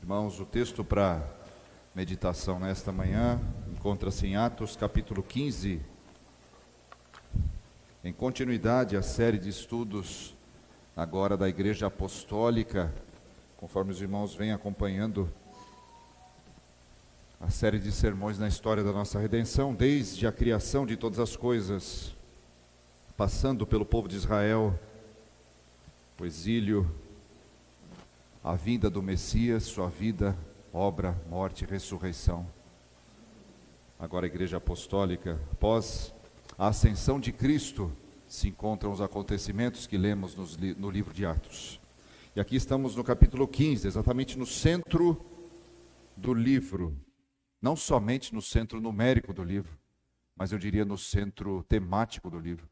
Irmãos, o texto para meditação nesta manhã encontra-se em Atos capítulo 15, em continuidade à série de estudos agora da Igreja Apostólica, conforme os irmãos vêm acompanhando a série de sermões na história da nossa redenção, desde a criação de todas as coisas, passando pelo povo de Israel, o exílio, a vinda do Messias, sua vida, obra, morte e ressurreição. Agora a Igreja Apostólica, após a ascensão de Cristo, se encontram os acontecimentos que lemos no livro de Atos. E aqui estamos no capítulo 15, exatamente no centro do livro, não somente no centro numérico do livro, mas eu diria no centro temático do livro.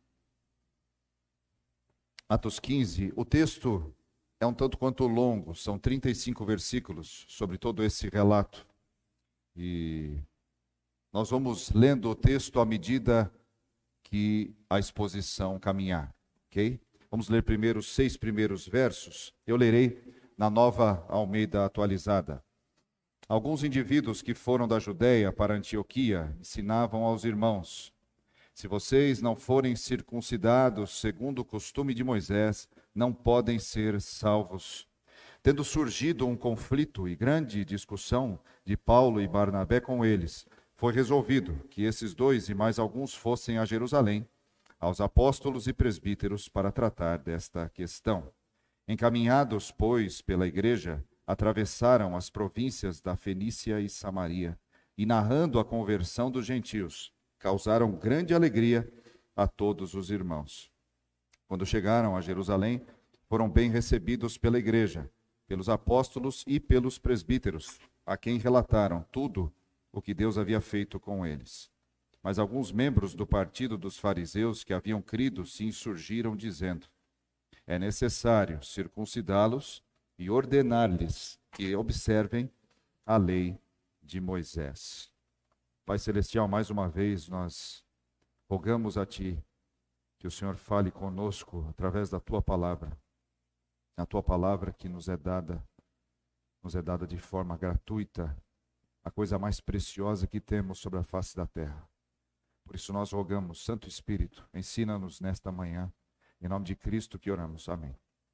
Atos 15, o texto é um tanto quanto longo, são 35 versículos sobre todo esse relato. E nós vamos lendo o texto à medida que a exposição caminhar, ok? Vamos ler primeiro os 6 primeiros versos. Eu lerei na Nova Almeida Atualizada. Alguns indivíduos que foram da Judeia para Antioquia ensinavam aos irmãos: se vocês não forem circuncidados segundo o costume de Moisés, não podem ser salvos. Tendo surgido um conflito e grande discussão de Paulo e Barnabé com eles, foi resolvido que esses dois e mais alguns fossem a Jerusalém, aos apóstolos e presbíteros, para tratar desta questão. Encaminhados, pois, pela igreja, atravessaram as províncias da Fenícia e Samaria, e narrando a conversão dos gentios, causaram grande alegria a todos os irmãos. Quando chegaram a Jerusalém, foram bem recebidos pela igreja, pelos apóstolos e pelos presbíteros, a quem relataram tudo o que Deus havia feito com eles. Mas alguns membros do partido dos fariseus que haviam crido se insurgiram, dizendo: é necessário circuncidá-los e ordenar-lhes que observem a lei de Moisés. Pai Celestial, mais uma vez nós rogamos a Ti que o Senhor fale conosco através da Tua palavra, a Tua palavra que nos é dada de forma gratuita, a coisa mais preciosa que temos sobre a face da terra. Por isso nós rogamos, Santo Espírito, ensina-nos nesta manhã, em nome de Cristo que oramos. Amém.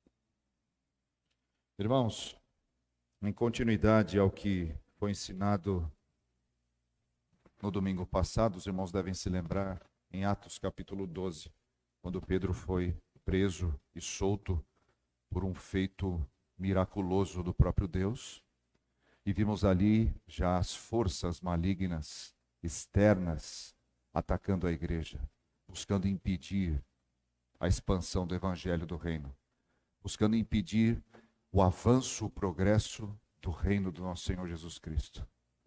Irmãos, em continuidade ao que foi ensinado no domingo passado, os irmãos devem se lembrar, em Atos capítulo 12, quando Pedro foi preso e solto por um feito miraculoso do próprio Deus, e vimos ali já as forças malignas, externas, atacando a igreja, buscando impedir a expansão do evangelho do reino, buscando impedir o avanço, o progresso do reino do nosso Senhor Jesus Cristo.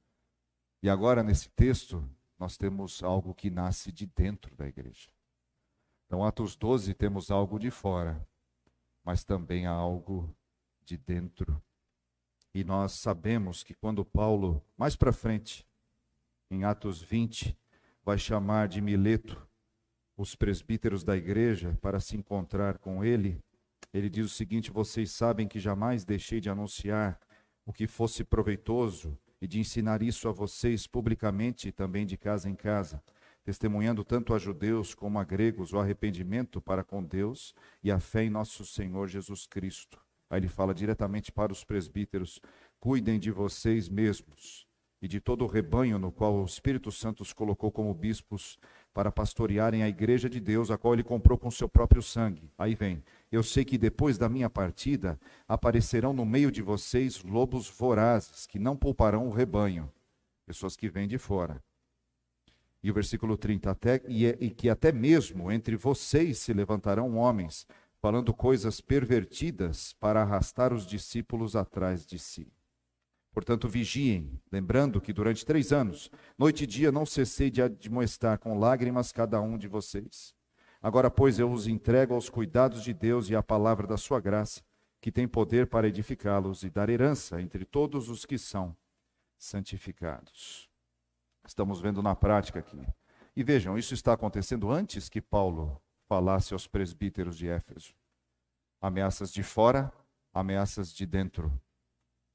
E agora, nesse texto, nós temos algo que nasce de dentro da igreja. Então, Atos 12, temos algo de fora, mas também há algo de dentro. E nós sabemos que quando Paulo, mais para frente, em Atos 20, vai chamar de Mileto os presbíteros da igreja para se encontrar com ele, ele diz o seguinte: vocês sabem que jamais deixei de anunciar o que fosse proveitoso e de ensinar isso a vocês publicamente e também de casa em casa, testemunhando tanto a judeus como a gregos o arrependimento para com Deus e a fé em nosso Senhor Jesus Cristo. Aí ele fala diretamente para os presbíteros: cuidem de vocês mesmos e de todo o rebanho no qual o Espírito Santo os colocou como bispos para pastorearem a igreja de Deus, a qual ele comprou com seu próprio sangue. Aí vem: eu sei que depois da minha partida aparecerão no meio de vocês lobos vorazes, que não pouparão o rebanho, pessoas que vêm de fora. E o versículo 30, e que até mesmo entre vocês se levantarão homens, falando coisas pervertidas para arrastar os discípulos atrás de si. Portanto, vigiem, lembrando que durante 3 anos, noite e dia, não cessei de admoestar com lágrimas cada um de vocês. Agora, pois, eu os entrego aos cuidados de Deus e à palavra da sua graça, que tem poder para edificá-los e dar herança entre todos os que são santificados. Estamos vendo na prática aqui. E vejam, isso está acontecendo antes que Paulo falasse aos presbíteros de Éfeso. Ameaças de fora, ameaças de dentro.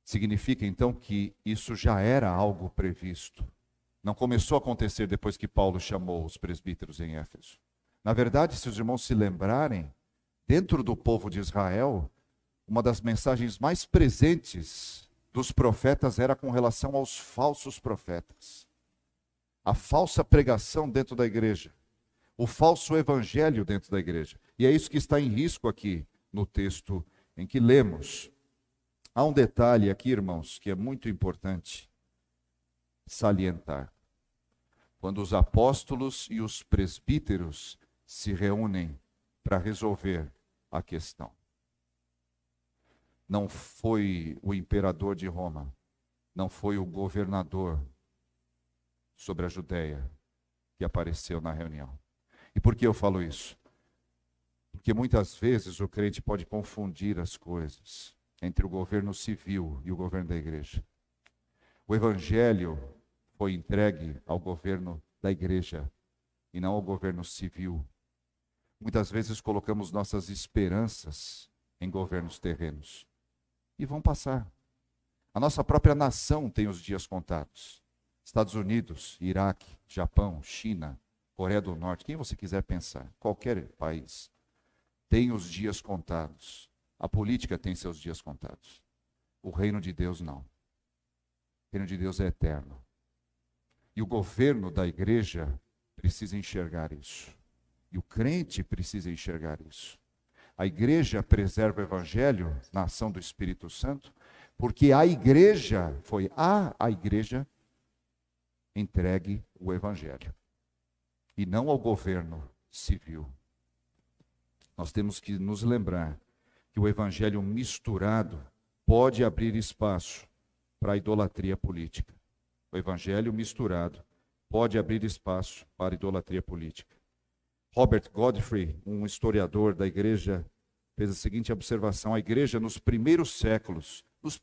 Significa então que isso já era algo previsto. Não começou a acontecer depois que Paulo chamou os presbíteros em Éfeso. Na verdade, se os irmãos se lembrarem, dentro do povo de Israel, uma das mensagens mais presentes dos profetas era com relação aos falsos profetas. A falsa pregação dentro da igreja. O falso evangelho dentro da igreja. E é isso que está em risco aqui no texto em que lemos. Há um detalhe aqui, irmãos, que é muito importante salientar. Quando os apóstolos e os presbíteros se reúnem para resolver a questão. Não foi o imperador de Roma, não foi o governador sobre a Judéia que apareceu na reunião. E por que eu falo isso? Porque muitas vezes o crente pode confundir as coisas entre o governo civil e o governo da igreja. O evangelho foi entregue ao governo da igreja e não ao governo civil. Muitas vezes colocamos nossas esperanças em governos terrenos e vão passar. A nossa própria nação tem os dias contados. Estados Unidos, Iraque, Japão, China, Coreia do Norte, quem você quiser pensar, qualquer país, tem os dias contados. A política tem seus dias contados. O reino de Deus não. O reino de Deus é eterno. E o governo da igreja precisa enxergar isso. E o crente precisa enxergar isso. A igreja preserva o evangelho na ação do Espírito Santo, porque a igreja foi a igreja entregue o evangelho. E não ao governo civil. Nós temos que nos lembrar que o evangelho misturado pode abrir espaço para a idolatria política. O evangelho misturado pode abrir espaço para a idolatria política. Robert Godfrey, um historiador da igreja, fez a seguinte observação: a igreja nos primeiros séculos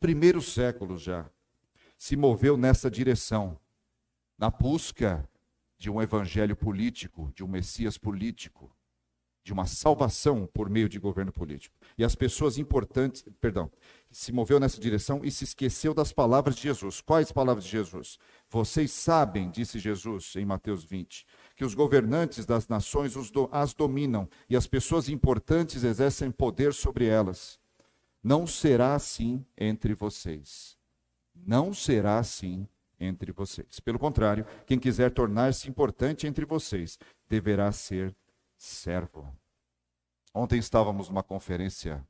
já, se moveu nessa direção, na busca de um evangelho político, de um Messias político, de uma salvação por meio de governo político. E as pessoas importantes, se moveu nessa direção e se esqueceu das palavras de Jesus. Quais palavras de Jesus? Vocês sabem, disse Jesus em Mateus 20, que os governantes das nações as dominam e as pessoas importantes exercem poder sobre elas. Não será assim entre vocês. Não será assim entre vocês. Pelo contrário, quem quiser tornar-se importante entre vocês deverá ser servo. Ontem estávamos numa conferência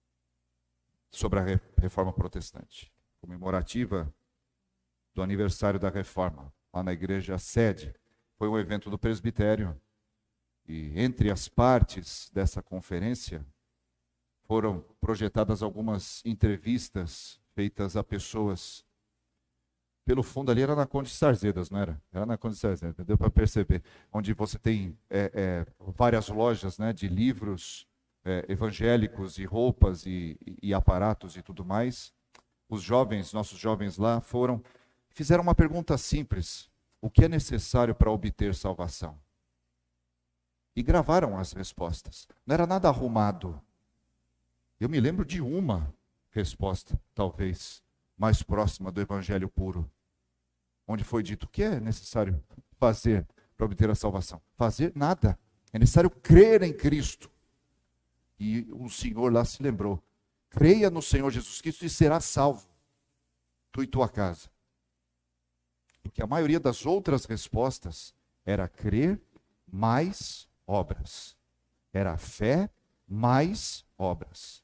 sobre a Reforma Protestante, comemorativa do aniversário da Reforma, lá na igreja sede. Foi um evento do presbitério e entre as partes dessa conferência foram projetadas algumas entrevistas feitas a pessoas. Pelo fundo ali era na Conde de Sarzedas, não era? Era na Conde de Sarzedas, deu para perceber. Onde você tem várias lojas, né, de livros evangélicos e roupas e aparatos e tudo mais. Os jovens, nossos jovens lá fizeram uma pergunta simples: o que é necessário para obter salvação? E gravaram as respostas. Não era nada arrumado. Eu me lembro de uma resposta, talvez, mais próxima do evangelho puro, onde foi dito: o que é necessário fazer para obter a salvação? Fazer nada. É necessário crer em Cristo. E o Senhor lá se lembrou: creia no Senhor Jesus Cristo e será salvo, tu e tua casa. Porque a maioria das outras respostas era crer mais obras. Era fé mais obras.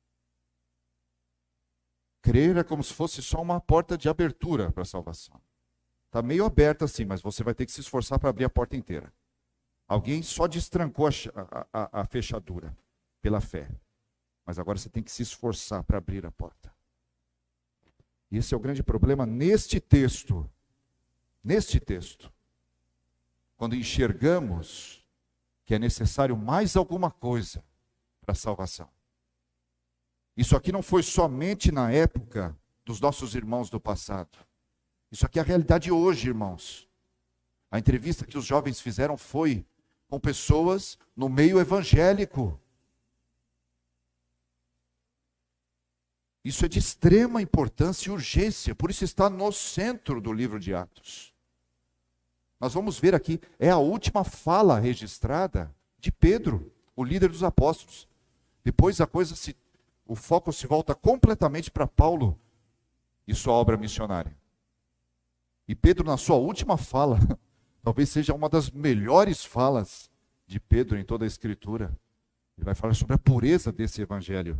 Crer é como se fosse só uma porta de abertura para a salvação. Está meio aberta assim, mas você vai ter que se esforçar para abrir a porta inteira. Alguém só destrancou a fechadura pela fé. Mas agora você tem que se esforçar para abrir a porta. E esse é o grande problema neste texto. Neste texto. Quando enxergamos que é necessário mais alguma coisa para a salvação. Isso aqui não foi somente na época dos nossos irmãos do passado. Isso aqui é a realidade hoje, irmãos. A entrevista que os jovens fizeram foi com pessoas no meio evangélico. Isso é de extrema importância e urgência, por isso está no centro do livro de Atos. Nós vamos ver aqui, é a última fala registrada de Pedro, o líder dos apóstolos. Depois o foco se volta completamente para Paulo e sua obra missionária. E Pedro, na sua última fala, talvez seja uma das melhores falas de Pedro em toda a Escritura. Ele vai falar sobre a pureza desse evangelho.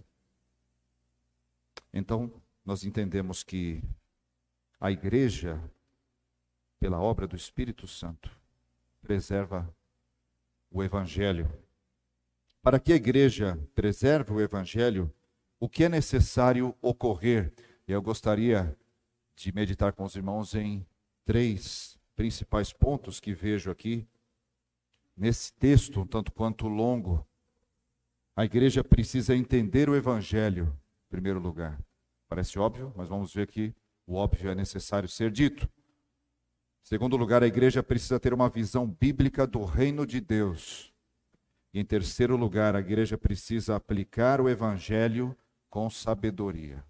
Então, nós entendemos que a igreja, pela obra do Espírito Santo, preserva o evangelho. Para que a igreja preserve o evangelho, o que é necessário ocorrer? Eu gostaria de meditar com os irmãos em 3 principais pontos que vejo aqui, nesse texto, um tanto quanto longo. A igreja precisa entender o evangelho, em primeiro lugar. Parece óbvio, mas vamos ver que o óbvio é necessário ser dito. Em segundo lugar, a igreja precisa ter uma visão bíblica do reino de Deus. E em terceiro lugar, a igreja precisa aplicar o evangelho com sabedoria.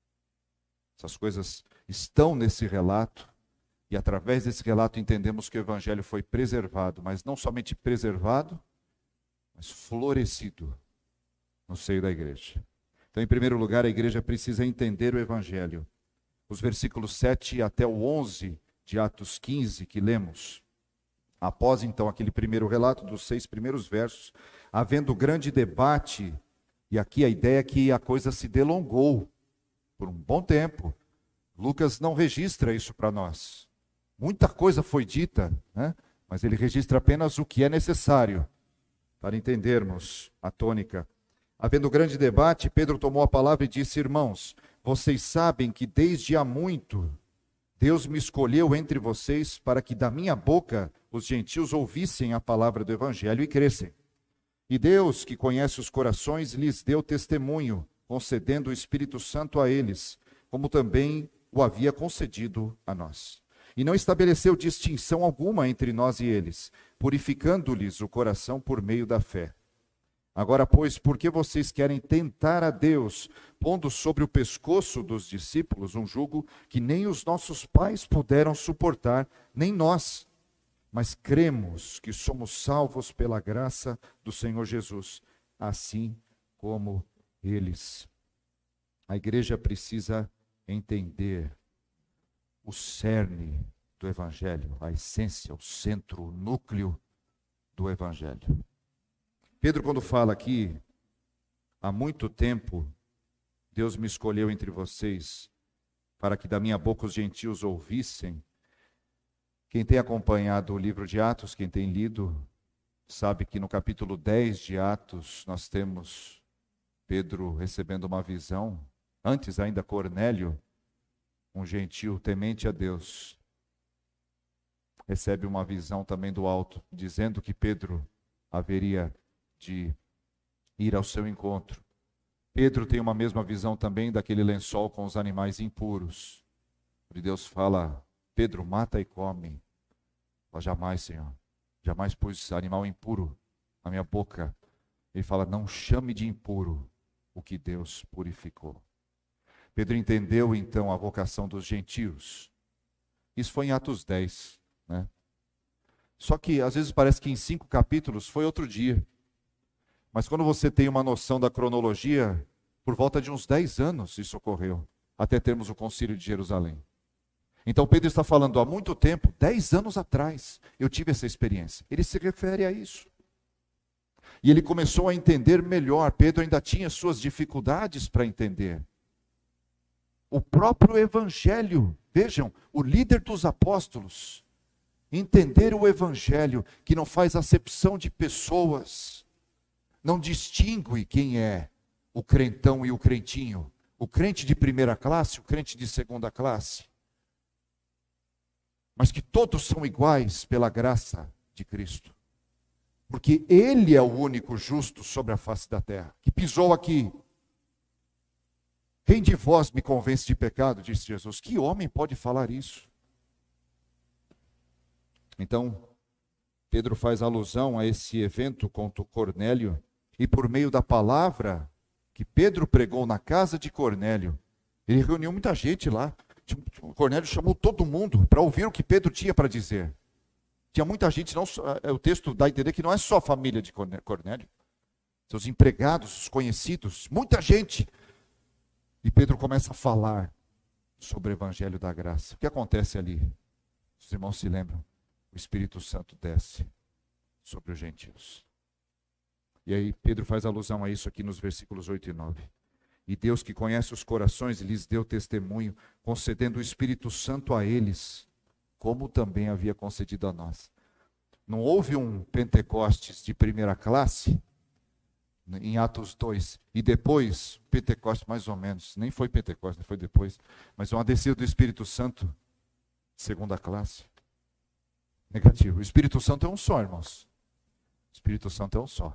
Essas coisas estão nesse relato, e através desse relato entendemos que o evangelho foi preservado, mas não somente preservado, mas florescido no seio da igreja. Então, em primeiro lugar, a igreja precisa entender o evangelho. Os versículos 7 até o 11 de Atos 15 que lemos. Após, então, aquele primeiro relato dos 6 primeiros versos, havendo grande debate, e aqui a ideia é que a coisa se delongou por um bom tempo. Lucas não registra isso para nós. Muita coisa foi dita, né? Mas ele registra apenas o que é necessário para entendermos a tônica. Havendo grande debate, Pedro tomou a palavra e disse: irmãos, vocês sabem que desde há muito Deus me escolheu entre vocês para que da minha boca os gentios ouvissem a palavra do evangelho e crescem. E Deus, que conhece os corações, lhes deu testemunho, concedendo o Espírito Santo a eles, como também o havia concedido a nós. E não estabeleceu distinção alguma entre nós e eles, purificando-lhes o coração por meio da fé. Agora, pois, por que vocês querem tentar a Deus, pondo sobre o pescoço dos discípulos um jugo que nem os nossos pais puderam suportar, nem nós? Mas cremos que somos salvos pela graça do Senhor Jesus, assim como eles. A igreja precisa entender o cerne do evangelho, a essência, o centro, o núcleo do evangelho. Pedro, quando fala aqui, há muito tempo, Deus me escolheu entre vocês, para que da minha boca os gentios ouvissem. Quem tem acompanhado o livro de Atos, quem tem lido, sabe que no capítulo 10 de Atos, nós temos Pedro recebendo uma visão. Antes ainda, Cornélio, um gentio temente a Deus, recebe uma visão também do alto, dizendo que Pedro haveria de ir ao seu encontro. Pedro tem uma mesma visão também daquele lençol com os animais impuros. E Deus fala: Pedro, mata e come. Fala: jamais, Senhor, jamais pus animal impuro na minha boca. Ele fala: não chame de impuro o que Deus purificou. Pedro entendeu então a vocação dos gentios. Isso foi em Atos 10, né? Só que às vezes parece que em 5 capítulos foi outro dia. Mas quando você tem uma noção da cronologia, por volta de uns 10 anos isso ocorreu, até termos o Concílio de Jerusalém. Então Pedro está falando, há muito tempo, 10 anos atrás, eu tive essa experiência. Ele se refere a isso. E ele começou a entender melhor. Pedro ainda tinha suas dificuldades para entender. O próprio Evangelho, vejam, o líder dos apóstolos, entender o Evangelho, que não faz acepção de pessoas, não distingue quem é o crentão e o crentinho, o crente de primeira classe, o crente de segunda classe, mas que todos são iguais pela graça de Cristo, porque Ele é o único justo sobre a face da terra, que pisou aqui. Quem de vós me convence de pecado, disse Jesus. Que homem pode falar isso? Então, Pedro faz alusão a esse evento contra Cornélio, e por meio da palavra que Pedro pregou na casa de Cornélio, ele reuniu muita gente lá. Cornélio chamou todo mundo para ouvir o que Pedro tinha para dizer. Tinha muita gente, não só, o texto dá a entender que não é só a família de Cornélio, seus empregados, os conhecidos, muita gente. E Pedro começa a falar sobre o evangelho da graça. O que acontece ali? Os irmãos se lembram? O Espírito Santo desce sobre os gentios. E aí Pedro faz alusão a isso aqui nos versículos 8 e 9. E Deus, que conhece os corações, lhes deu testemunho, concedendo o Espírito Santo a eles, como também havia concedido a nós. Não houve um Pentecostes de primeira classe, em Atos 2, e depois, Pentecostes mais ou menos, nem foi Pentecostes, foi depois, mas uma descida do Espírito Santo, segunda classe. Negativo. O Espírito Santo é um só, irmãos. O Espírito Santo é um só.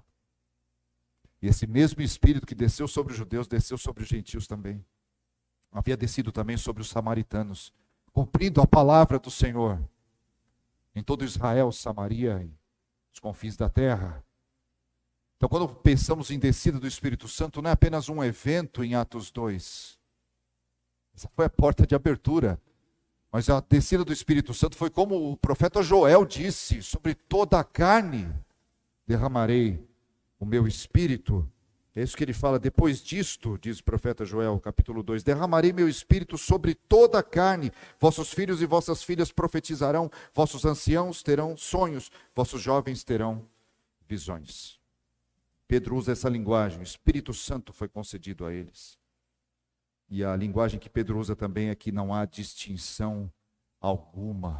E esse mesmo Espírito que desceu sobre os judeus, desceu sobre os gentios também. Havia descido também sobre os samaritanos, cumprindo a palavra do Senhor. Em todo Israel, Samaria e os confins da terra. Então, quando pensamos em descida do Espírito Santo, não é apenas um evento em Atos 2. Essa foi a porta de abertura. Mas a descida do Espírito Santo foi como o profeta Joel disse: sobre toda a carne derramarei o meu Espírito. É isso que ele fala: depois disto, diz o profeta Joel, capítulo 2, derramarei meu Espírito sobre toda a carne, vossos filhos e vossas filhas profetizarão, vossos anciãos terão sonhos, vossos jovens terão visões. Pedro usa essa linguagem, o Espírito Santo foi concedido a eles. E a linguagem que Pedro usa também é que não há distinção alguma.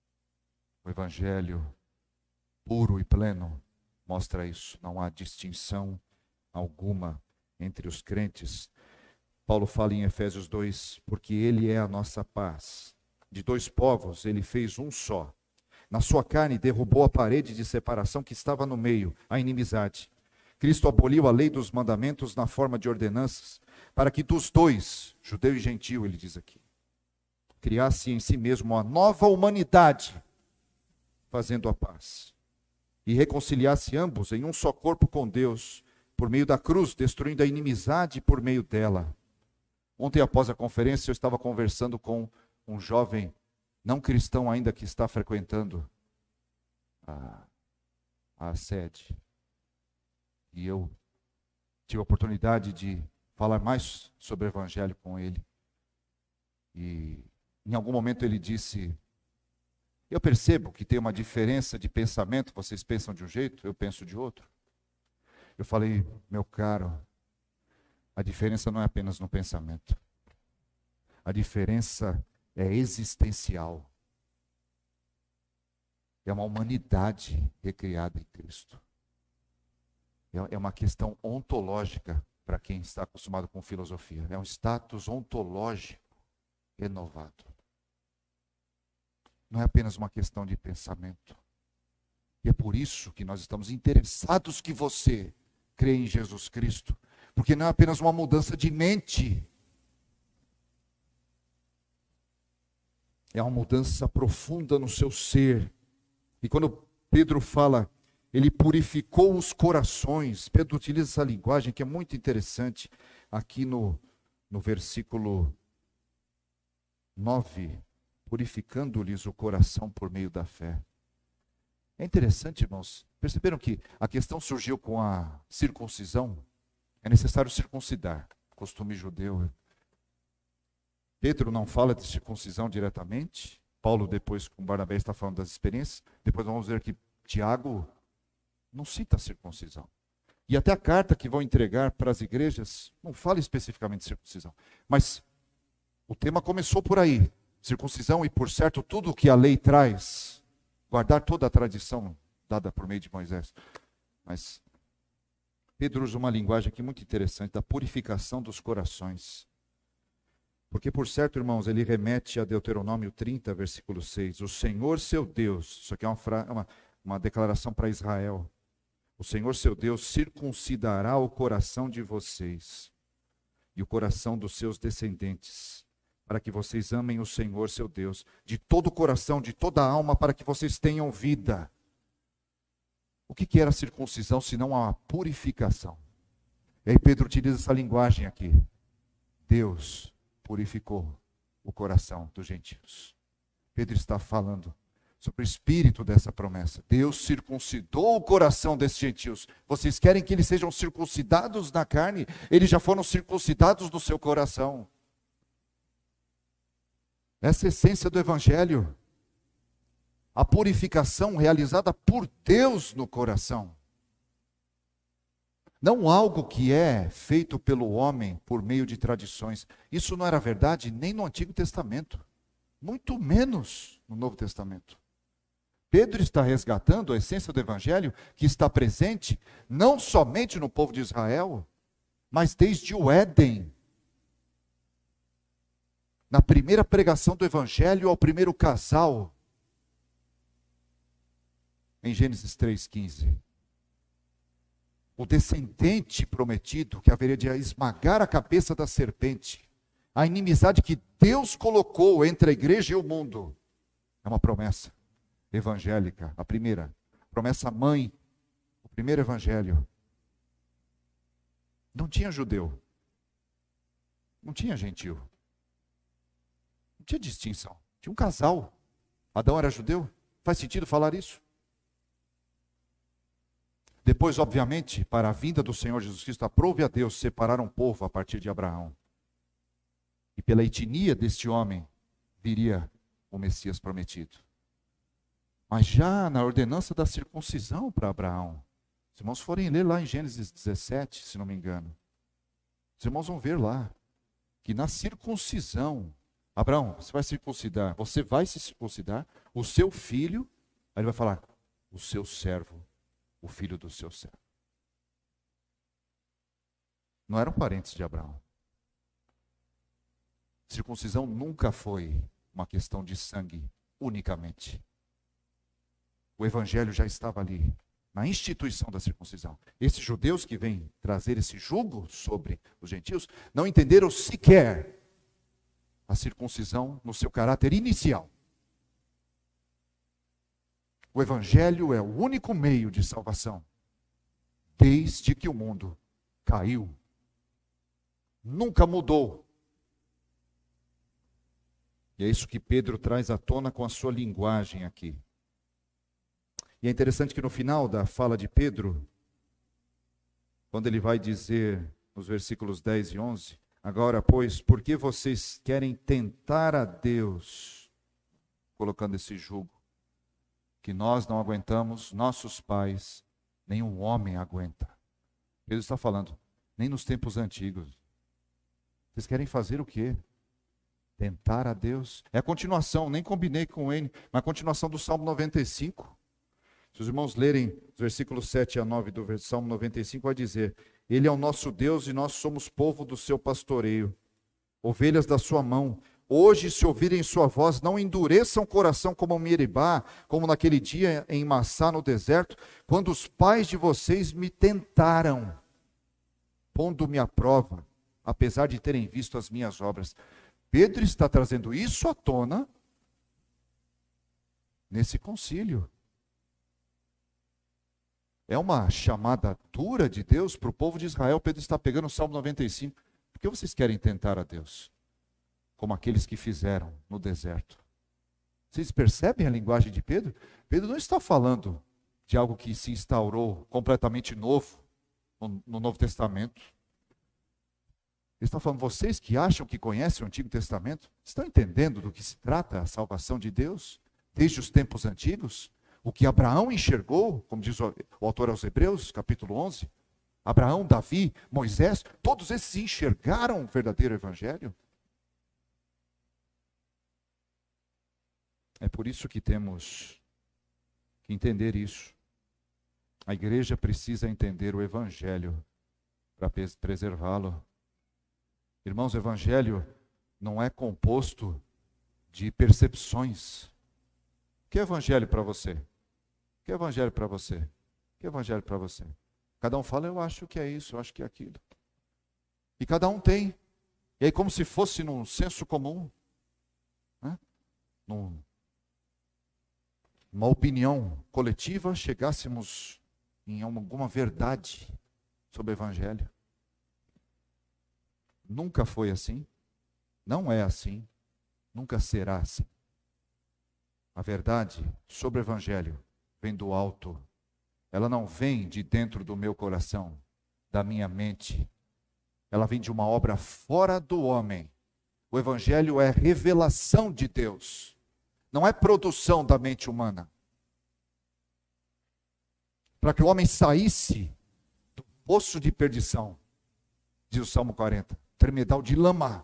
O Evangelho puro e pleno mostra isso. Não há distinção alguma entre os crentes. Paulo fala em Efésios 2, porque ele é a nossa paz. De dois povos ele fez um só. Na sua carne derrubou a parede de separação que estava no meio, a inimizade. Cristo aboliu a lei dos mandamentos na forma de ordenanças, para que dos dois, judeu e gentio, ele diz aqui, criasse em si mesmo uma nova humanidade, fazendo a paz, e reconciliasse ambos em um só corpo com Deus, por meio da cruz, destruindo a inimizade por meio dela. Ontem, após a conferência, eu estava conversando com um jovem não cristão ainda que está frequentando a sede. E eu tive a oportunidade de falar mais sobre o Evangelho com ele. E em algum momento ele disse: eu percebo que tem uma diferença de pensamento, vocês pensam de um jeito, eu penso de outro. Eu falei: meu caro, a diferença não é apenas no pensamento. A diferença é existencial. É uma humanidade recriada em Cristo. É uma questão ontológica para quem está acostumado com filosofia. É um status ontológico renovado. Não é apenas uma questão de pensamento. E é por isso que nós estamos interessados que você crê em Jesus Cristo. Porque não é apenas uma mudança de mente. É uma mudança profunda no seu ser. E quando Pedro fala, ele purificou os corações. Pedro utiliza essa linguagem que é muito interessante aqui no versículo 9. Purificando-lhes o coração por meio da fé. É interessante, irmãos. Perceberam que a questão surgiu com a circuncisão? É necessário circuncidar. Costume judeu. Pedro não fala de circuncisão diretamente. Paulo, depois, com Barnabé, está falando das experiências. Depois vamos ver que Tiago não cita a circuncisão. E até a carta que vão entregar para as igrejas não fala especificamente de circuncisão. Mas o tema começou por aí. Circuncisão e, por certo, tudo o que a lei traz. Guardar toda a tradição dada por meio de Moisés. Mas Pedro usa uma linguagem aqui muito interessante, da purificação dos corações. Porque, por certo, irmãos, ele remete a Deuteronômio 30, versículo 6. O Senhor seu Deus, isso aqui é uma declaração para Israel. O Senhor seu Deus circuncidará o coração de vocês e o coração dos seus descendentes, para que vocês amem o Senhor seu Deus de todo o coração, de toda a alma, para que vocês tenham vida. O que era a circuncisão, senão a purificação? E aí Pedro utiliza essa linguagem aqui. Deus purificou o coração dos gentios. Pedro está falando sobre o espírito dessa promessa. Deus circuncidou o coração desses gentios. Vocês querem que eles sejam circuncidados na carne? Eles já foram circuncidados no seu coração. Essa é a essência do Evangelho. A purificação realizada por Deus no coração. Não algo que é feito pelo homem por meio de tradições. Isso não era verdade nem no Antigo Testamento. Muito menos no Novo Testamento. Pedro está resgatando a essência do Evangelho que está presente não somente no povo de Israel, mas desde o Éden. Na primeira pregação do Evangelho ao primeiro casal, em Gênesis 3,15. O descendente prometido que haveria de esmagar a cabeça da serpente. A inimizade que Deus colocou entre a igreja e o mundo. É uma promessa evangélica, a primeira. Promessa mãe, o primeiro evangelho. Não tinha judeu. Não tinha gentil. Não tinha distinção. Tinha um casal. Adão era judeu. Faz sentido falar isso? Depois, obviamente, para a vinda do Senhor Jesus Cristo, aprove a Deus separar um povo a partir de Abraão. E pela etnia deste homem, viria o Messias prometido. Mas já na ordenança da circuncisão para Abraão, os irmãos forem ler lá em Gênesis 17, se não me engano, os irmãos vão ver lá, que na circuncisão, Abraão, você vai se circuncidar, o seu filho, aí ele vai falar, o seu servo, o filho do seu servo. Não eram parentes de Abraão. Circuncisão nunca foi uma questão de sangue unicamente. O evangelho já estava ali, na instituição da circuncisão. Esses judeus que vêm trazer esse jugo sobre os gentios, não entenderam sequer a circuncisão no seu caráter inicial. O evangelho é o único meio de salvação, desde que o mundo caiu. Nunca mudou. E é isso que Pedro traz à tona com a sua linguagem aqui. E é interessante que no final da fala de Pedro, quando ele vai dizer, nos versículos 10 e 11, agora, pois, por que vocês querem tentar a Deus, colocando esse jugo, que nós não aguentamos, nossos pais, nenhum homem aguenta. Pedro está falando, nem nos tempos antigos. Vocês querem fazer o quê? Tentar a Deus. É a continuação, nem combinei com ele, mas a continuação do Salmo 95. Se os irmãos lerem os versículos 7 a 9 do Salmo 95, vai dizer, Ele é o nosso Deus e nós somos povo do seu pastoreio, ovelhas da sua mão. Hoje, se ouvirem sua voz, não endureçam o coração como Meribá, como naquele dia em Massá, no deserto, quando os pais de vocês me tentaram, pondo-me à prova, apesar de terem visto as minhas obras. Pedro está trazendo isso à tona nesse concílio. É uma chamada dura de Deus para o povo de Israel. Pedro está pegando o Salmo 95. Por que vocês querem tentar a Deus? Como aqueles que fizeram no deserto. Vocês percebem a linguagem de Pedro? Pedro não está falando de algo que se instaurou completamente novo no Novo Testamento. Ele está falando, vocês que acham que conhecem o Antigo Testamento, estão entendendo do que se trata a salvação de Deus? Desde os tempos antigos? O que Abraão enxergou, como diz o autor aos Hebreus, capítulo 11. Abraão, Davi, Moisés, todos esses enxergaram o verdadeiro evangelho. É por isso que temos que entender isso. A igreja precisa entender o evangelho para preservá-lo. Irmãos, o evangelho não é composto de percepções. O que é evangelho para você? O que é evangelho para você? O que é evangelho para você? Cada um fala, eu acho que é isso, eu acho que é aquilo. E cada um tem. E aí, como se fosse num senso comum, né? Numa opinião coletiva, chegássemos em alguma verdade sobre o evangelho. Nunca foi assim, não é assim, nunca será assim. A verdade sobre o Evangelho vem do alto. Ela não vem de dentro do meu coração, da minha mente. Ela vem de uma obra fora do homem. O Evangelho é revelação de Deus. Não é produção da mente humana. Para que o homem saísse do poço de perdição, diz o Salmo 40, tremedal de lama,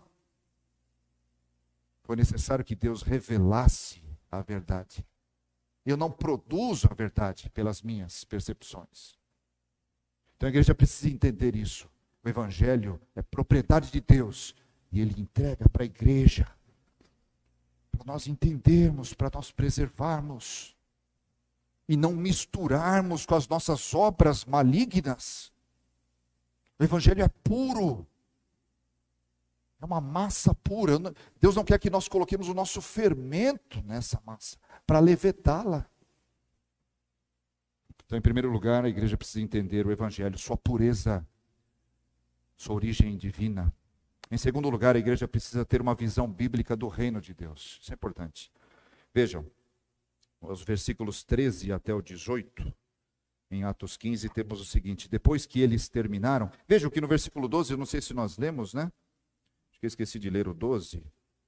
foi necessário que Deus revelasse a verdade. Eu não produzo a verdade pelas minhas percepções. Então a igreja precisa entender isso. O Evangelho é propriedade de Deus e Ele entrega para a igreja, para nós entendermos, para nós preservarmos e não misturarmos com as nossas obras malignas. O Evangelho é puro, é uma massa pura. Deus não quer que nós coloquemos o nosso fermento nessa massa, para levedá-la. Então, em primeiro lugar, a igreja precisa entender o Evangelho, sua pureza, sua origem divina. Em segundo lugar, a igreja precisa ter uma visão bíblica do reino de Deus. Isso é importante. Vejam, os versículos 13 até o 18, em Atos 15, temos o seguinte: depois que eles terminaram, vejam que no versículo 12, eu não sei se nós lemos, né? Acho que eu esqueci de ler o 12,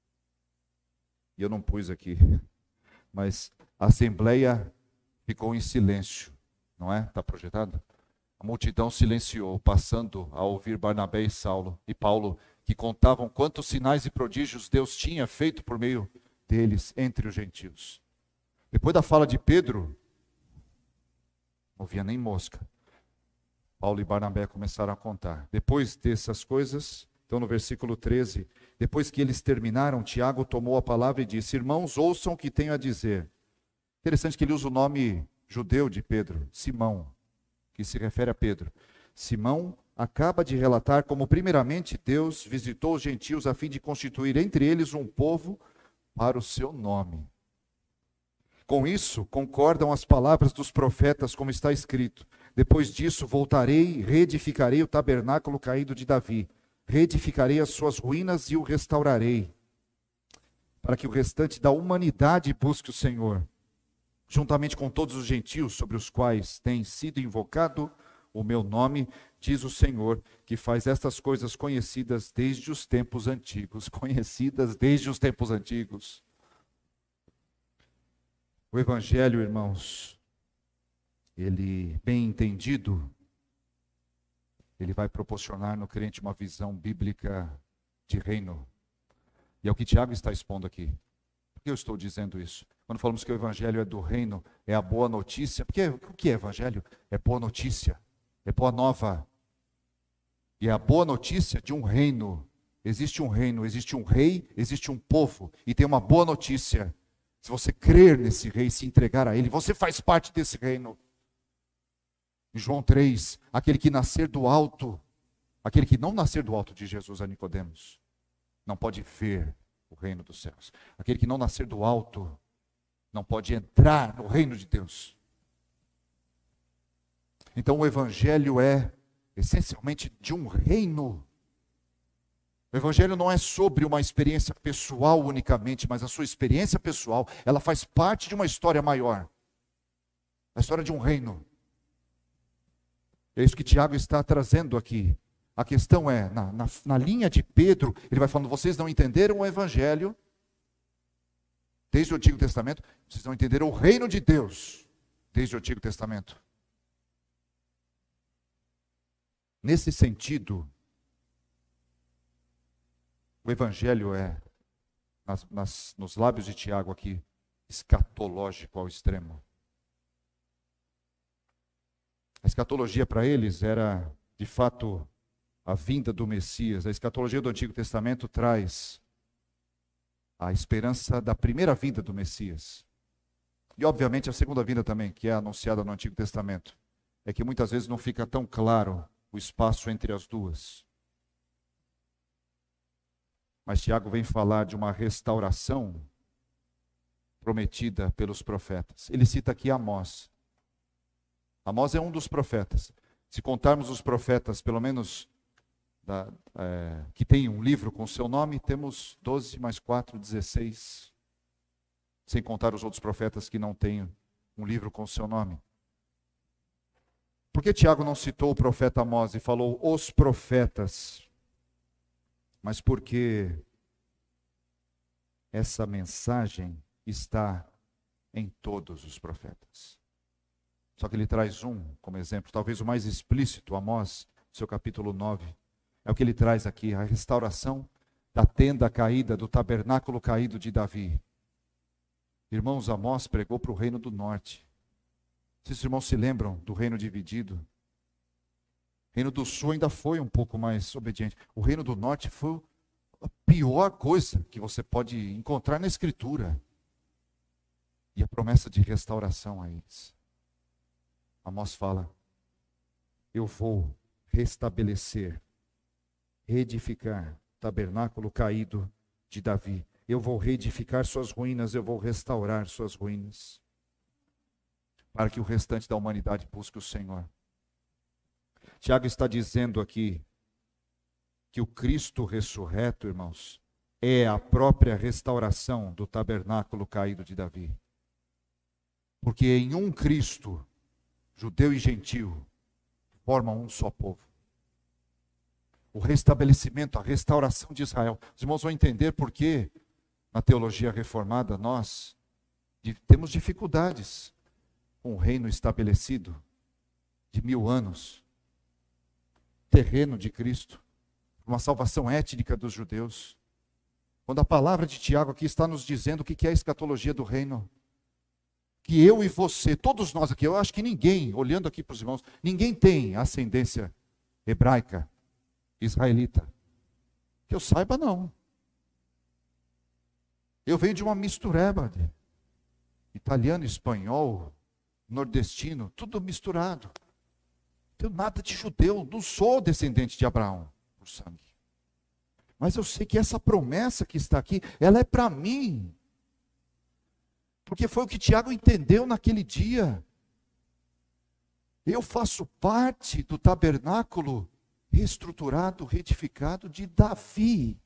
e eu não pus aqui, mas a assembleia ficou em silêncio, não é? Está projetado? A multidão silenciou, passando a ouvir Barnabé e Paulo, que contavam quantos sinais e prodígios Deus tinha feito por meio deles entre os gentios. Depois da fala de Pedro, não havia nem mosca. Paulo e Barnabé começaram a contar. Depois dessas coisas, então no versículo 13, depois que eles terminaram, Tiago tomou a palavra e disse: irmãos, ouçam o que tenho a dizer. Interessante que ele usa o nome judeu de Pedro, Simão, que se refere a Pedro. Simão acaba de relatar como primeiramente Deus visitou os gentios a fim de constituir entre eles um povo para o seu nome. Com isso, concordam as palavras dos profetas, como está escrito: depois disso voltarei e reedificarei o tabernáculo caído de Davi, reedificarei as suas ruínas e o restaurarei, para que o restante da humanidade busque o Senhor, juntamente com todos os gentios sobre os quais tem sido invocado o meu nome, diz o Senhor, que faz estas coisas conhecidas desde os tempos antigos. Conhecidas desde os tempos antigos. O Evangelho, irmãos, ele bem entendido, ele vai proporcionar no crente uma visão bíblica de reino. E é o que Tiago está expondo aqui. Por que eu estou dizendo isso? Quando falamos que o Evangelho é do reino, é a boa notícia. Porque o que é Evangelho? É boa notícia, é boa nova. E é a boa notícia de um reino. Existe um reino, existe um rei, existe um povo. E tem uma boa notícia. Se você crer nesse rei, se entregar a ele, você faz parte desse reino. Em João 3, aquele que nascer do alto, aquele que não nascer do alto, de Jesus a Nicodemos, não pode ver o reino dos céus. Aquele que não nascer do alto, não pode entrar no reino de Deus. Então o Evangelho é essencialmente de um reino. O Evangelho não é sobre uma experiência pessoal unicamente, mas a sua experiência pessoal, ela faz parte de uma história maior. A história de um reino. É isso que Tiago está trazendo aqui. A questão é, na linha de Pedro, ele vai falando: vocês não entenderam o Evangelho, desde o Antigo Testamento, vocês não entenderam o reino de Deus, desde o Antigo Testamento. Nesse sentido, o Evangelho é, nos lábios de Tiago aqui, escatológico ao extremo. A escatologia para eles era, de fato, a vinda do Messias. A escatologia do Antigo Testamento traz a esperança da primeira vinda do Messias. E, obviamente, a segunda vinda também, que é anunciada no Antigo Testamento. É que muitas vezes não fica tão claro o espaço entre as duas. Mas Tiago vem falar de uma restauração prometida pelos profetas. Ele cita aqui Amós. Amós é um dos profetas. Se contarmos os profetas, pelo menos que tem um livro com seu nome, temos 12 mais 4, 16. Sem contar os outros profetas que não têm um livro com seu nome. Por que Tiago não citou o profeta Amós e falou os profetas? Mas porque essa mensagem está em todos os profetas. Só que ele traz um como exemplo, talvez o mais explícito, Amós, seu capítulo 9. É o que ele traz aqui, a restauração da tenda caída, do tabernáculo caído de Davi. Irmãos, Amós pregou para o reino do norte. Vocês, irmãos, se lembram do reino dividido? O reino do sul ainda foi um pouco mais obediente. O reino do norte foi a pior coisa que você pode encontrar na Escritura. E a promessa de restauração a eles. Amós fala, eu vou restabelecer, reedificar o tabernáculo caído de Davi. Eu vou reedificar suas ruínas, eu vou restaurar suas ruínas. Para que o restante da humanidade busque o Senhor. Tiago está dizendo aqui que o Cristo ressurreto, irmãos, é a própria restauração do tabernáculo caído de Davi. Porque em um Cristo, judeu e gentio, formam um só povo. O restabelecimento, a restauração de Israel. Os irmãos vão entender por que na teologia reformada nós temos dificuldades com o reino estabelecido de 1000 anos, terreno de Cristo, uma salvação étnica dos judeus. Quando a palavra de Tiago aqui está nos dizendo o que é a escatologia do reino, que eu e você, todos nós aqui, eu acho que ninguém, olhando aqui para os irmãos, ninguém tem ascendência hebraica, israelita. Que eu saiba, não. Eu venho de uma mistureba de italiano, espanhol, nordestino, tudo misturado. Não tenho nada de judeu, não sou descendente de Abraão, por sangue. Mas eu sei que essa promessa que está aqui, ela é para mim. Porque foi o que Tiago entendeu naquele dia. Eu faço parte do tabernáculo reestruturado, reedificado de Davi.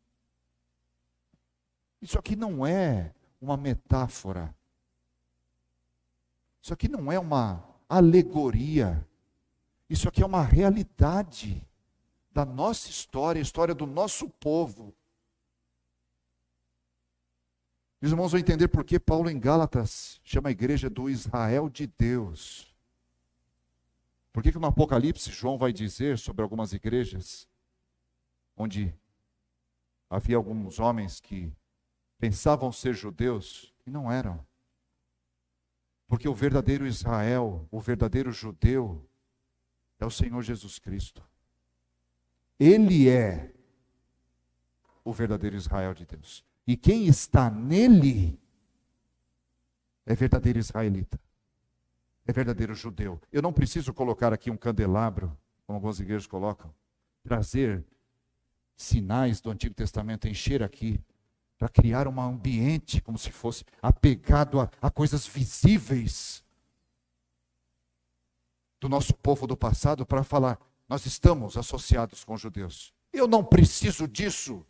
Isso aqui não é uma metáfora. Isso aqui não é uma alegoria. Isso aqui é uma realidade da nossa história, a história do nosso povo. Os irmãos vão entender por que Paulo em Gálatas chama a igreja do Israel de Deus. Por que no Apocalipse João vai dizer sobre algumas igrejas onde havia alguns homens que pensavam ser judeus e não eram. Porque o verdadeiro Israel, o verdadeiro judeu, é o Senhor Jesus Cristo. Ele é o verdadeiro Israel de Deus. E quem está nele é verdadeiro israelita. É verdadeiro judeu. Eu não preciso colocar aqui um candelabro, como algumas igrejas colocam, trazer sinais do Antigo Testamento, encher aqui, para criar um ambiente como se fosse apegado a coisas visíveis do nosso povo do passado, para falar, nós estamos associados com os judeus. Eu não preciso disso.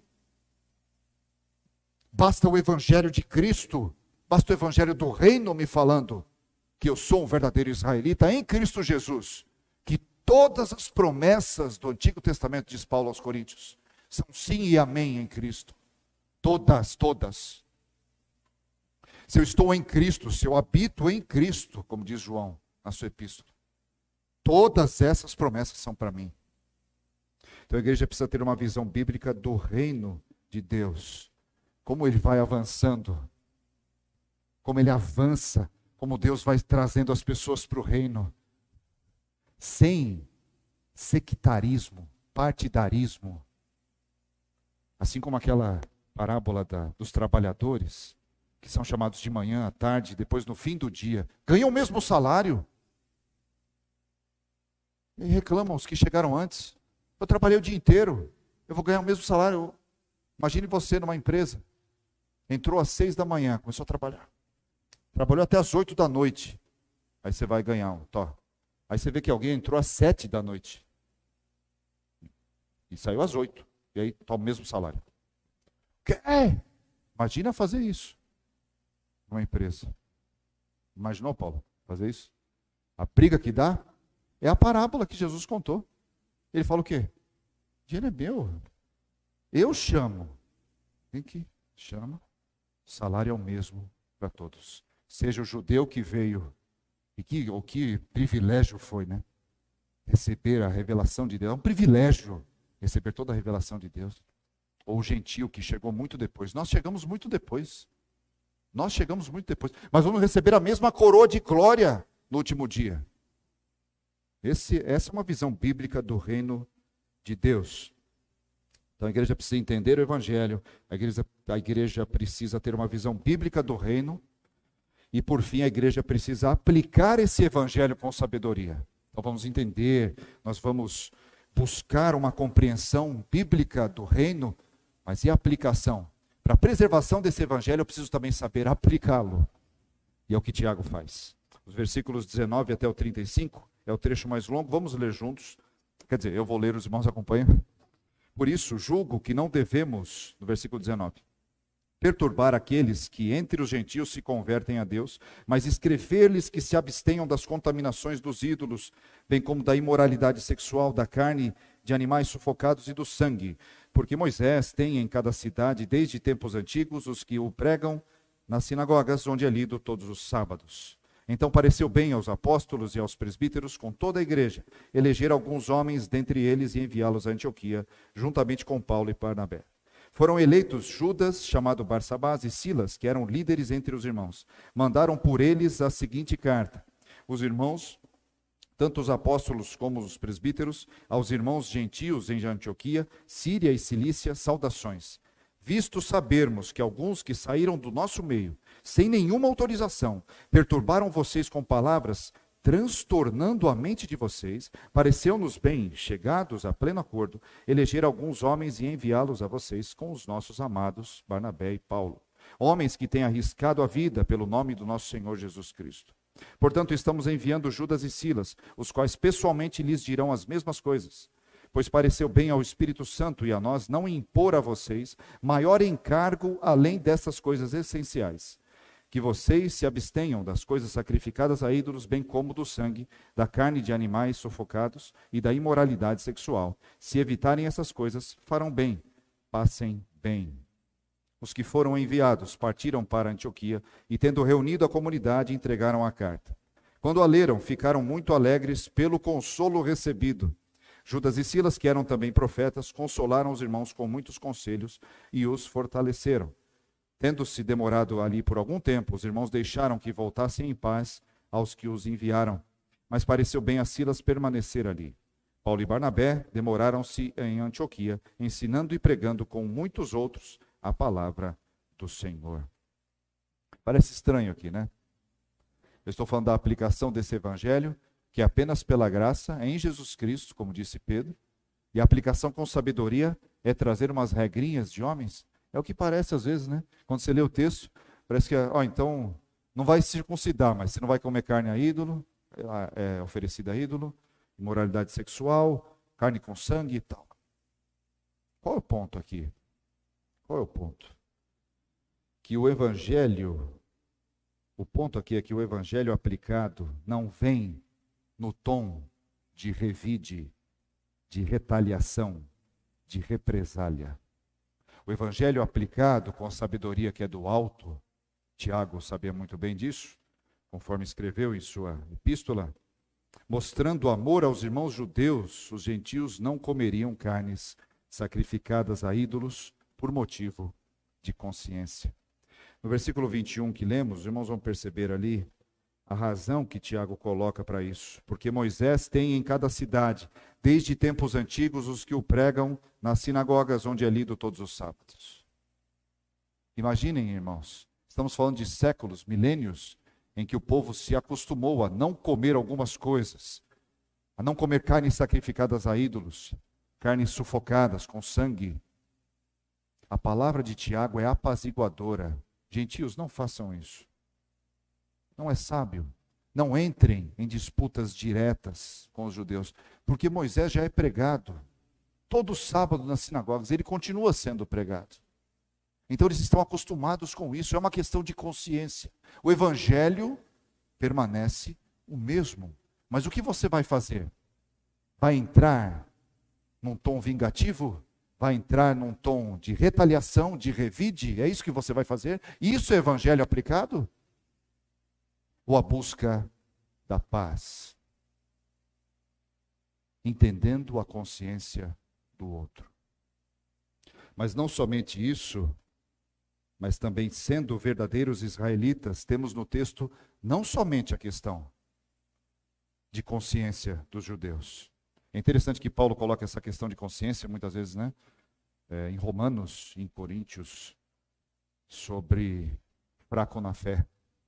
Basta o evangelho de Cristo, basta o evangelho do reino me falando que eu sou um verdadeiro israelita em Cristo Jesus, que todas as promessas do Antigo Testamento, diz Paulo aos Coríntios, são sim e amém em Cristo. Todas, todas. Se eu estou em Cristo, se eu habito em Cristo, como diz João na sua epístola, todas essas promessas são para mim. Então a igreja precisa ter uma visão bíblica do reino de Deus. Como ele vai avançando, como ele avança, como Deus vai trazendo as pessoas para o reino, sem sectarismo, partidarismo, assim como aquela parábola dos trabalhadores, que são chamados de manhã, à tarde, depois no fim do dia, ganham o mesmo salário, e reclamam os que chegaram antes, eu trabalhei o dia inteiro, eu vou ganhar o mesmo salário. Imagine você numa empresa, entrou às 6 da manhã, começou a trabalhar. Trabalhou até às 8 da noite. Aí você vai ganhar um. Aí você vê que alguém entrou às 7 da noite. E saiu às 8. E aí toma o mesmo salário. Imagina fazer isso numa empresa. Imaginou, Paulo, fazer isso? A briga que dá é a parábola que Jesus contou. Ele fala o quê? O dinheiro é meu. Eu chamo. Vem aqui, chama. O salário é o mesmo para todos. Seja o judeu que veio, e que privilégio foi, né? Receber a revelação de Deus. É um privilégio receber toda a revelação de Deus. Ou o gentio que chegou muito depois. Nós chegamos muito depois. Mas vamos receber a mesma coroa de glória no último dia. Essa é uma visão bíblica do reino de Deus. Então a igreja precisa entender o evangelho, a igreja precisa ter uma visão bíblica do reino, e por fim a igreja precisa aplicar esse evangelho com sabedoria. Então vamos entender, nós vamos buscar uma compreensão bíblica do reino, mas e a aplicação? Para a preservação desse evangelho eu preciso também saber aplicá-lo. E é o que Tiago faz. Os versículos 19 até o 35 é o trecho mais longo, vamos ler juntos. Quer dizer, eu vou ler, os irmãos acompanham. Por isso, julgo que não devemos, no versículo 19, perturbar aqueles que entre os gentios se convertem a Deus, mas escrever-lhes que se abstenham das contaminações dos ídolos, bem como da imoralidade sexual, da carne de animais sufocados e do sangue. Porque Moisés tem em cada cidade, desde tempos antigos, os que o pregam nas sinagogas, onde é lido todos os sábados. Então pareceu bem aos apóstolos e aos presbíteros, com toda a igreja, eleger alguns homens dentre eles e enviá-los a Antioquia, juntamente com Paulo e Barnabé. Foram eleitos Judas, chamado Barsabás, e Silas, que eram líderes entre os irmãos. Mandaram por eles a seguinte carta: os irmãos, tanto os apóstolos como os presbíteros, aos irmãos gentios em Antioquia, Síria e Cilícia, saudações. Visto sabermos que alguns que saíram do nosso meio, sem nenhuma autorização, perturbaram vocês com palavras, transtornando a mente de vocês, pareceu-nos bem, chegados a pleno acordo, eleger alguns homens e enviá-los a vocês com os nossos amados Barnabé e Paulo, homens que têm arriscado a vida pelo nome do nosso Senhor Jesus Cristo. Portanto, estamos enviando Judas e Silas, os quais pessoalmente lhes dirão as mesmas coisas, pois pareceu bem ao Espírito Santo e a nós não impor a vocês maior encargo além dessas coisas essenciais: que vocês se abstenham das coisas sacrificadas a ídolos, bem como do sangue, da carne de animais sufocados e da imoralidade sexual. Se evitarem essas coisas, farão bem, passem bem. Os que foram enviados partiram para Antioquia e, tendo reunido a comunidade, entregaram a carta. Quando a leram, ficaram muito alegres pelo consolo recebido. Judas e Silas, que eram também profetas, consolaram os irmãos com muitos conselhos e os fortaleceram. Tendo-se demorado ali por algum tempo, os irmãos deixaram que voltassem em paz aos que os enviaram. Mas pareceu bem a Silas permanecer ali. Paulo e Barnabé demoraram-se em Antioquia, ensinando e pregando com muitos outros a palavra do Senhor. Parece estranho aqui, né? Eu estou falando da aplicação desse evangelho, que é apenas pela graça, em Jesus Cristo, como disse Pedro, e a aplicação com sabedoria é trazer umas regrinhas de homens. É o que parece às vezes, né? Quando você lê o texto, parece que, então, não vai circuncidar, mas você não vai comer carne a ídolo, é oferecida a ídolo, imoralidade sexual, carne com sangue e tal. Qual é o ponto aqui? Qual é o ponto? Que o ponto aqui é que o evangelho aplicado não vem no tom de revide, de retaliação, de represália. O evangelho aplicado com a sabedoria que é do alto, Tiago sabia muito bem disso, conforme escreveu em sua epístola, mostrando amor aos irmãos judeus, os gentios não comeriam carnes sacrificadas a ídolos por motivo de consciência. No versículo 21 que lemos, os irmãos vão perceber ali a razão que Tiago coloca para isso. Porque Moisés tem em cada cidade, desde tempos antigos, os que o pregam nas sinagogas, onde é lido todos os sábados. Imaginem, irmãos, estamos falando de séculos, milênios, em que o povo se acostumou a não comer algumas coisas, a não comer carnes sacrificadas a ídolos, carnes sufocadas com sangue. A palavra de Tiago é apaziguadora. Gentios, não façam isso. Não é sábio. Não entrem em disputas diretas com os judeus, porque Moisés já é pregado. todo sábado nas sinagogas, ele continua sendo pregado. Então eles estão acostumados com isso, é uma questão de consciência. O evangelho permanece o mesmo. Mas o que você vai fazer? Vai entrar num tom vingativo? Vai entrar num tom de retaliação, de revide? É isso que você vai fazer? Isso é evangelho aplicado? Ou a busca da paz? Entendendo a consciência do outro. Mas não somente isso, mas também sendo verdadeiros israelitas, temos no texto não somente a questão de consciência dos judeus. É interessante que Paulo coloca essa questão de consciência, muitas vezes, né? Em Romanos, em Coríntios, sobre fraco na fé.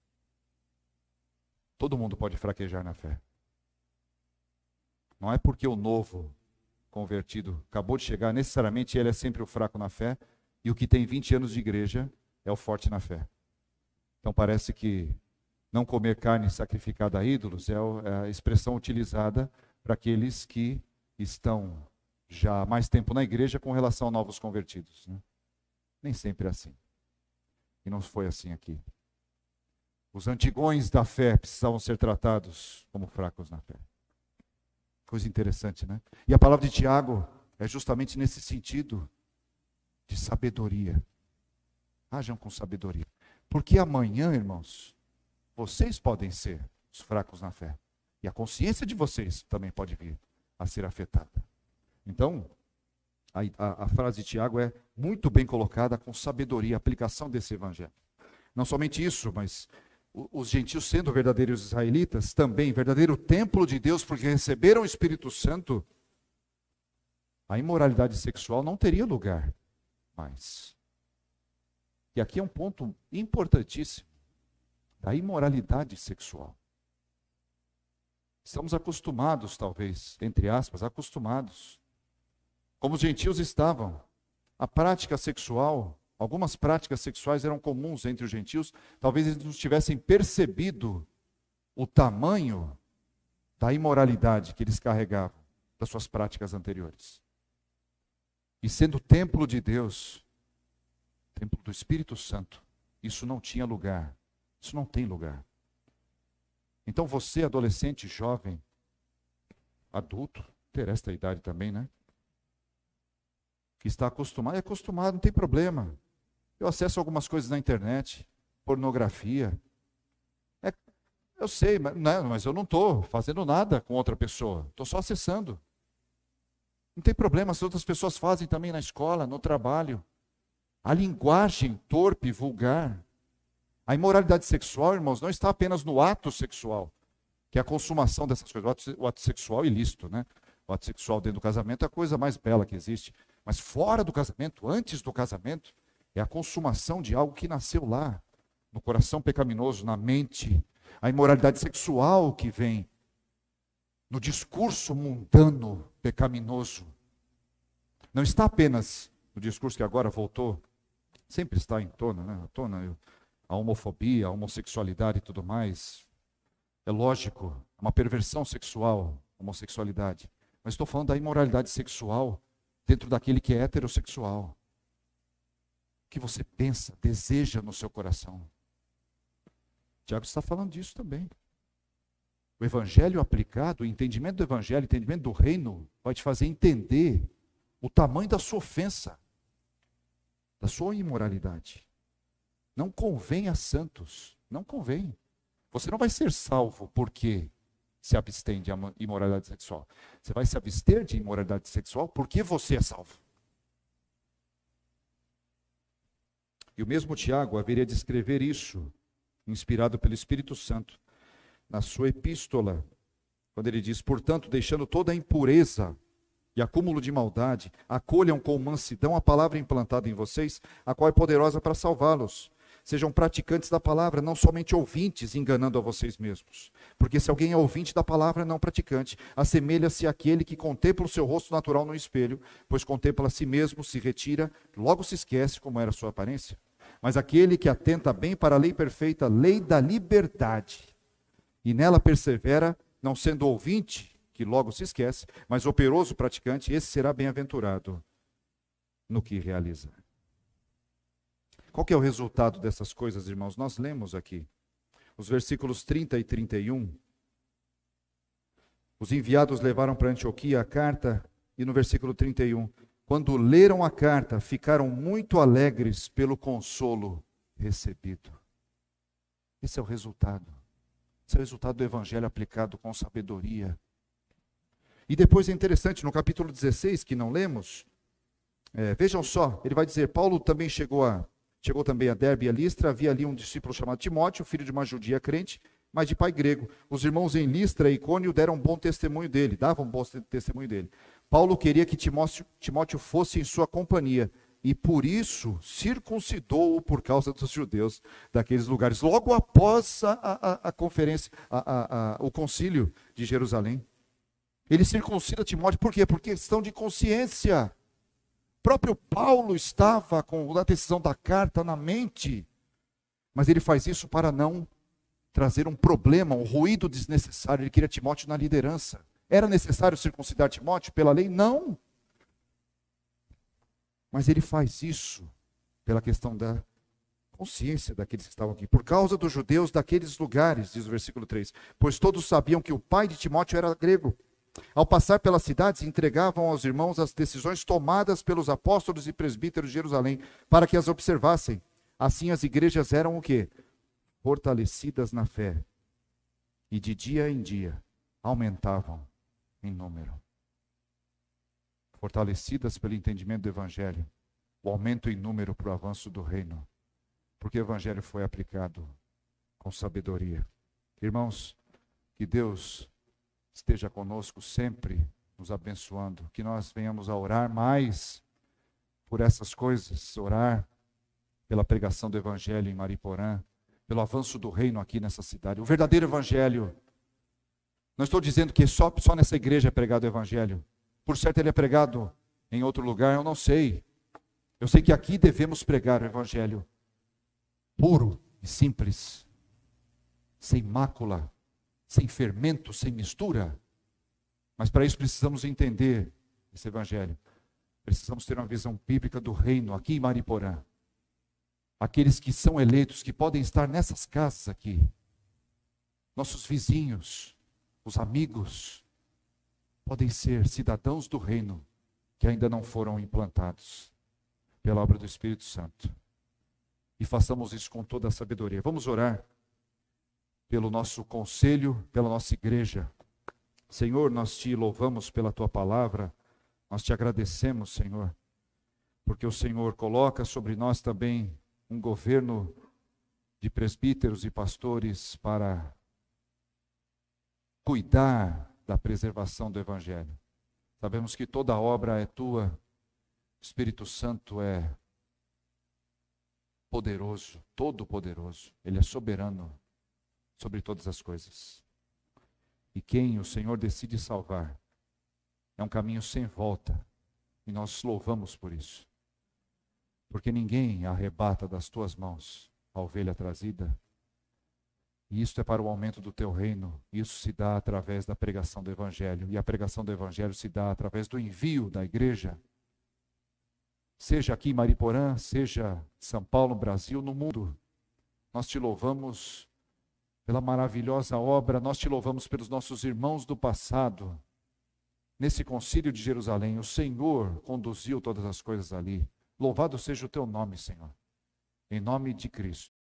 Todo mundo pode fraquejar na fé. Não é porque o novo convertido acabou de chegar, necessariamente ele é sempre o fraco na fé, e o que tem 20 anos de igreja é o forte na fé. Então parece que não comer carne sacrificada a ídolos é a expressão utilizada para aqueles que estão já há mais tempo na igreja com relação a novos convertidos, né? Nem sempre é assim. E não foi assim aqui. Os antigões da fé precisavam ser tratados como fracos na fé. Coisa interessante, né? E a palavra de Tiago é justamente nesse sentido de sabedoria. Hajam com sabedoria. Porque amanhã, irmãos, vocês podem ser os fracos na fé. E a consciência de vocês também pode vir a ser afetada. Então, a frase de Tiago é muito bem colocada com sabedoria, a aplicação desse evangelho. Não somente isso, mas os gentios sendo verdadeiros israelitas, também verdadeiro templo de Deus, porque receberam o Espírito Santo, a imoralidade sexual não teria lugar mais. E aqui é um ponto importantíssimo, da imoralidade sexual. Estamos acostumados, talvez, entre aspas, acostumados, como os gentios estavam. A prática sexual, algumas práticas sexuais eram comuns entre os gentios, talvez eles não tivessem percebido o tamanho da imoralidade que eles carregavam das suas práticas anteriores. E sendo templo de Deus, templo do Espírito Santo, isso não tinha lugar, isso não tem lugar. Então você, adolescente, jovem, adulto, ter esta idade também, né? Que está acostumado, é acostumado, não tem problema. Eu acesso algumas coisas na internet, pornografia. Eu sei, mas eu não estou fazendo nada com outra pessoa, estou só acessando. Não tem problema, as outras pessoas fazem também na escola, no trabalho. A linguagem torpe, vulgar. A imoralidade sexual, irmãos, não está apenas no ato sexual, que é a consumação dessas coisas. O ato sexual é ilícito, né? O ato sexual dentro do casamento é a coisa mais bela que existe. Mas fora do casamento, antes do casamento, é a consumação de algo que nasceu lá, no coração pecaminoso, na mente. A imoralidade sexual que vem no discurso mundano, pecaminoso. Não está apenas no discurso que agora voltou, sempre está em tona, né? À tona, a homofobia, a homossexualidade e tudo mais. É lógico, uma perversão sexual, homossexualidade. Mas estou falando da imoralidade sexual dentro daquele que é heterossexual. O que você pensa, deseja no seu coração. Tiago está falando disso também. O evangelho aplicado, o entendimento do evangelho, o entendimento do reino, vai te fazer entender o tamanho da sua ofensa, da sua imoralidade. Não convém a santos, não convém. Você não vai ser salvo porque se abstém de imoralidade sexual. Você vai se abster de imoralidade sexual porque você é salvo. E o mesmo Tiago haveria de escrever isso, inspirado pelo Espírito Santo, na sua epístola, quando ele diz: portanto, deixando toda a impureza e acúmulo de maldade, acolham com mansidão a palavra implantada em vocês, a qual é poderosa para salvá-los. Sejam praticantes da palavra, não somente ouvintes, enganando a vocês mesmos. Porque se alguém é ouvinte da palavra, não praticante, assemelha-se àquele que contempla o seu rosto natural no espelho, pois contempla a si mesmo, se retira, logo se esquece como era a sua aparência. Mas aquele que atenta bem para a lei perfeita, lei da liberdade, e nela persevera, não sendo ouvinte, que logo se esquece, mas operoso praticante, esse será bem-aventurado no que realiza. Qual que é o resultado dessas coisas, irmãos? Nós lemos aqui, os versículos 30 e 31. Os enviados levaram para Antioquia a carta, e no versículo 31, quando leram a carta, ficaram muito alegres pelo consolo recebido. Esse é o resultado. Esse é o resultado do evangelho aplicado com sabedoria. E depois é interessante, no capítulo 16, que não lemos, vejam só, ele vai dizer, Paulo também chegou também a Derbe e a Listra, havia ali um discípulo chamado Timóteo, filho de uma judia crente, mas de pai grego. Os irmãos em Listra e Icônio davam bom testemunho dele. Paulo queria que Timóteo fosse em sua companhia, e por isso circuncidou-o por causa dos judeus daqueles lugares, logo após a conferência, o concílio de Jerusalém. Ele circuncida Timóteo, por quê? Por questão de consciência. O próprio Paulo estava com a decisão da carta na mente, mas ele faz isso para não trazer um problema, um ruído desnecessário. Ele queria Timóteo na liderança. Era necessário circuncidar Timóteo pela lei? Não. Mas ele faz isso pela questão da consciência daqueles que estavam aqui. Por causa dos judeus daqueles lugares, diz o versículo 3. Pois todos sabiam que o pai de Timóteo era grego. Ao passar pelas cidades, entregavam aos irmãos as decisões tomadas pelos apóstolos e presbíteros de Jerusalém, para que as observassem. Assim as igrejas eram o quê? Fortalecidas na fé. E de dia em dia aumentavam em número. Fortalecidas pelo entendimento do evangelho, o aumento em número para o avanço do reino, porque o evangelho foi aplicado com sabedoria. Irmãos, que Deus esteja conosco sempre, nos abençoando, que nós venhamos a orar mais por essas coisas, orar pela pregação do evangelho em Mariporã, pelo avanço do reino aqui nessa cidade. O verdadeiro evangelho, não estou dizendo que só nessa igreja é pregado o evangelho. Por certo ele é pregado em outro lugar, eu não sei. Eu sei que aqui devemos pregar o evangelho puro e simples, sem mácula, sem fermento, sem mistura. Mas para isso precisamos entender esse evangelho. Precisamos ter uma visão bíblica do reino aqui em Mariporã. Aqueles que são eleitos, que podem estar nessas casas aqui, nossos vizinhos, os amigos, podem ser cidadãos do reino que ainda não foram implantados pela obra do Espírito Santo. E façamos isso com toda a sabedoria. Vamos orar pelo nosso conselho, pela nossa igreja. Senhor, nós te louvamos pela tua palavra, nós te agradecemos, Senhor, porque o Senhor coloca sobre nós também um governo de presbíteros e pastores para cuidar da preservação do evangelho. Sabemos que toda obra é tua, o Espírito Santo é poderoso, todo poderoso, ele é soberano sobre todas as coisas. E quem o Senhor decide salvar é um caminho sem volta, e nós louvamos por isso. Porque ninguém arrebata das tuas mãos a ovelha trazida. E isto é para o aumento do teu reino. Isso se dá através da pregação do evangelho. E a pregação do evangelho se dá através do envio da igreja. Seja aqui em Mariporã, seja em São Paulo, no Brasil, no mundo. Nós te louvamos pela maravilhosa obra. Nós te louvamos pelos nossos irmãos do passado. Nesse concílio de Jerusalém, o Senhor conduziu todas as coisas ali. Louvado seja o teu nome, Senhor. Em nome de Cristo.